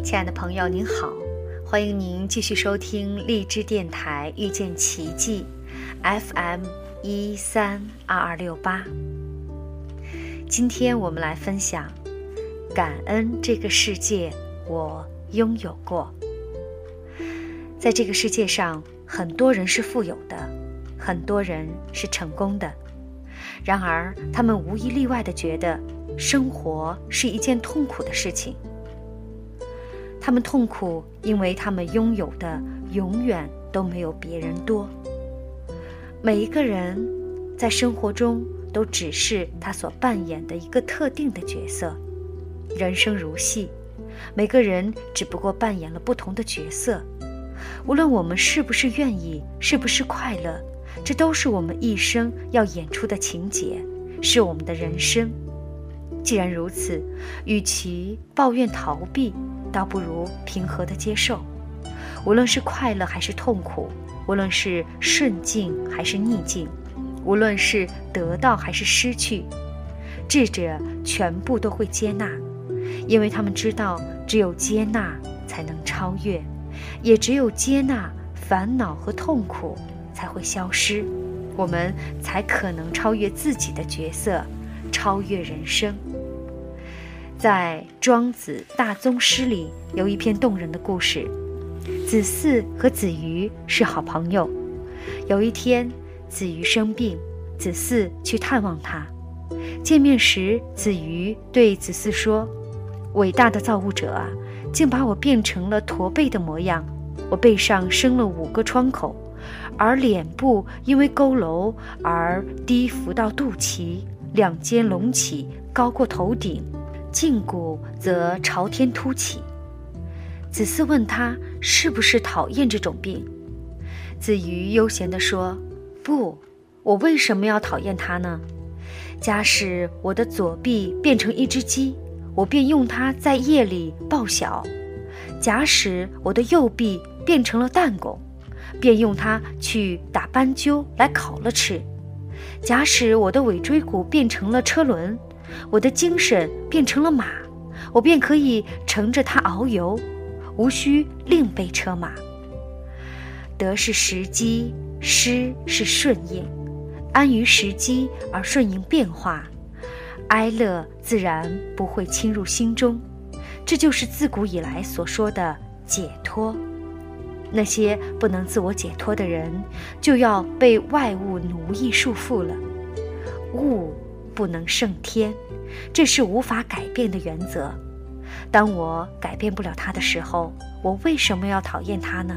亲爱的朋友您好，欢迎您继续收听荔枝电台遇见奇迹 FM132268。今天我们来分享感恩这个世界我拥有过。在这个世界上，很多人是富有的，很多人是成功的，然而他们无一例外地觉得生活是一件痛苦的事情。他们痛苦，因为他们拥有的永远都没有别人多。每一个人在生活中都只是他所扮演的一个特定的角色。人生如戏，每个人只不过扮演了不同的角色。无论我们是不是愿意，是不是快乐，这都是我们一生要演出的情节，是我们的人生。既然如此，与其抱怨逃避，倒不如平和地接受。无论是快乐还是痛苦，无论是顺境还是逆境，无论是得到还是失去，智者全部都会接纳，因为他们知道只有接纳才能超越，也只有接纳，烦恼和痛苦才会消失，我们才可能超越自己的角色，超越人生。在庄子大宗师里有一篇动人的故事，子嗣和子瑜是好朋友。有一天，子瑜生病，子嗣去探望他。见面时，子瑜对子嗣说：伟大的造物者啊，竟把我变成了驼背的模样，我背上生了5个疮口，而脸部因为佝偻而低伏到肚脐，2肩隆起高过头顶，胫骨则朝天凸起。子嗣问他是不是讨厌这种病，子瑜悠闲地说：不，我为什么要讨厌它呢？假使我的左臂变成一只鸡，我便用它在夜里报晓；假使我的右臂变成了弹弓，便用它去打斑鸠来烤了吃；假使我的尾椎骨变成了车轮，我的精神变成了马，我便可以乘着它遨游，无需另备车马。得是时机，失是顺应，安于时机而顺应变化，哀乐自然不会侵入心中，这就是自古以来所说的解脱。那些不能自我解脱的人，就要被外物奴役束缚了。物不能胜天，这是无法改变的原则。当我改变不了它的时候，我为什么要讨厌它呢？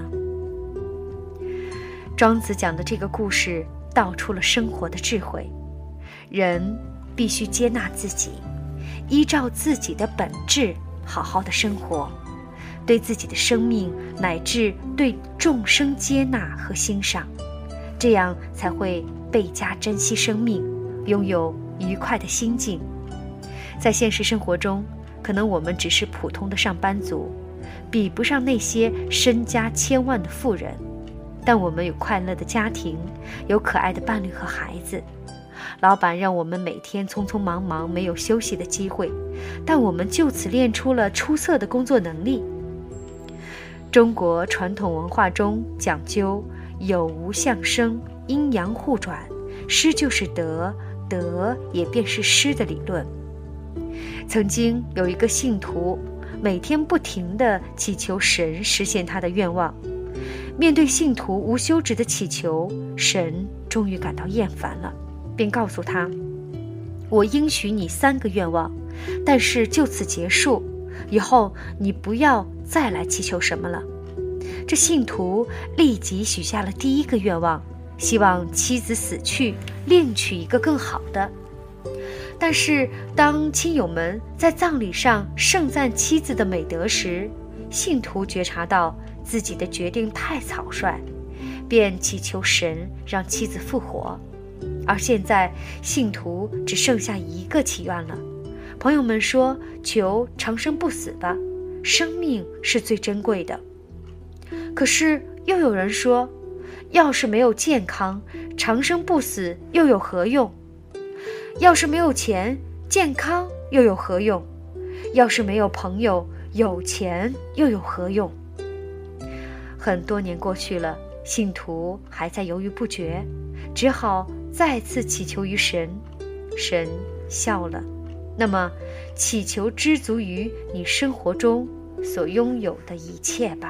庄子讲的这个故事道出了生活的智慧。人必须接纳自己，依照自己的本质好好的生活，对自己的生命乃至对众生接纳和欣赏，这样才会倍加珍惜生命，拥有愉快的心境。在现实生活中，可能我们只是普通的上班族，比不上那些身家千万的富人，但我们有快乐的家庭，有可爱的伴侣和孩子。老板让我们每天匆匆忙忙，没有休息的机会，但我们就此练出了出色的工作能力。中国传统文化中讲究有无相生，阴阳互转，失就是得，得也便是失的理论。曾经有一个信徒每天不停地祈求神实现他的愿望，面对信徒无休止的祈求，神终于感到厌烦了，便告诉他：我应许你3个愿望，但是就此结束，以后你不要再来祈求什么了。这信徒立即许下了第1个愿望，希望妻子死去，另娶一个更好的。但是当亲友们在葬礼上盛赞妻子的美德时，信徒觉察到自己的决定太草率，便祈求神让妻子复活。而现在信徒只剩下1个祈愿了。朋友们说，求长生不死吧，生命是最珍贵的。可是又有人说，要是没有健康，长生不死又有何用？要是没有钱，健康又有何用？要是没有朋友， 有钱又有何用？很多年过去了，信徒还在犹豫不决，只好再次祈求于神。神笑了。那么，祈求知足于你生活中所拥有的一切吧。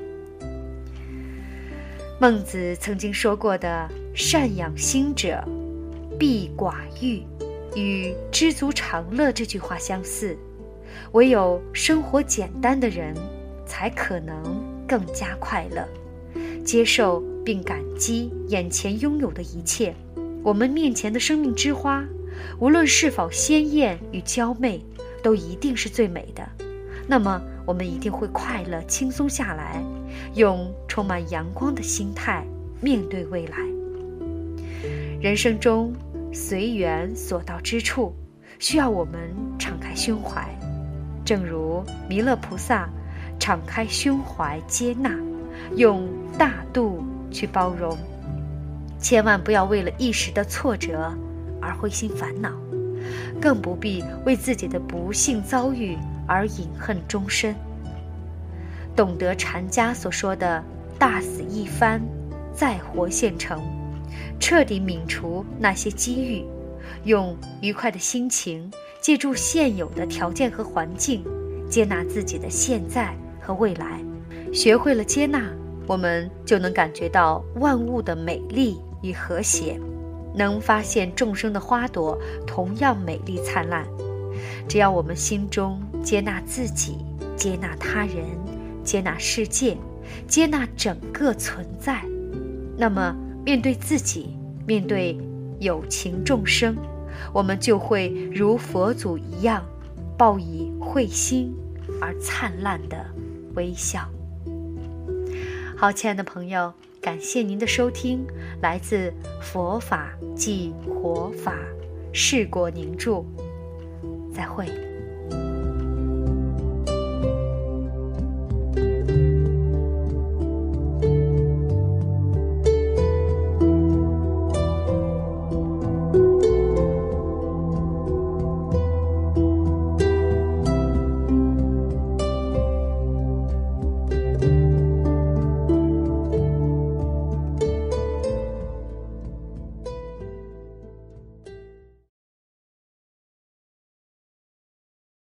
孟子曾经说过的“善养心者，必寡欲”，与“知足常乐”这句话相似。唯有生活简单的人，才可能更加快乐，接受并感激眼前拥有的一切。我们面前的生命之花，无论是否鲜艳与娇媚，都一定是最美的。那么我们一定会快乐轻松下来，用充满阳光的心态面对未来。人生中随缘所到之处，需要我们敞开胸怀，正如弥勒菩萨敞开胸怀接纳，用大度去包容。千万不要为了一时的挫折而灰心烦恼，更不必为自己的不幸遭遇而饮恨终身。懂得禅家所说的大死一番，再活现成，彻底泯除那些机遇，用愉快的心情，借助现有的条件和环境，接纳自己的现在和未来。学会了接纳，我们就能感觉到万物的美丽与和谐，能发现众生的花朵同样美丽灿烂。只要我们心中接纳自己，接纳他人，接纳世界，接纳整个存在，那么面对自己，面对有情众生，我们就会如佛祖一样，报以慧心而灿烂的微笑。好，亲爱的朋友，感谢您的收听，来自佛法即活法，释果凝著，再会。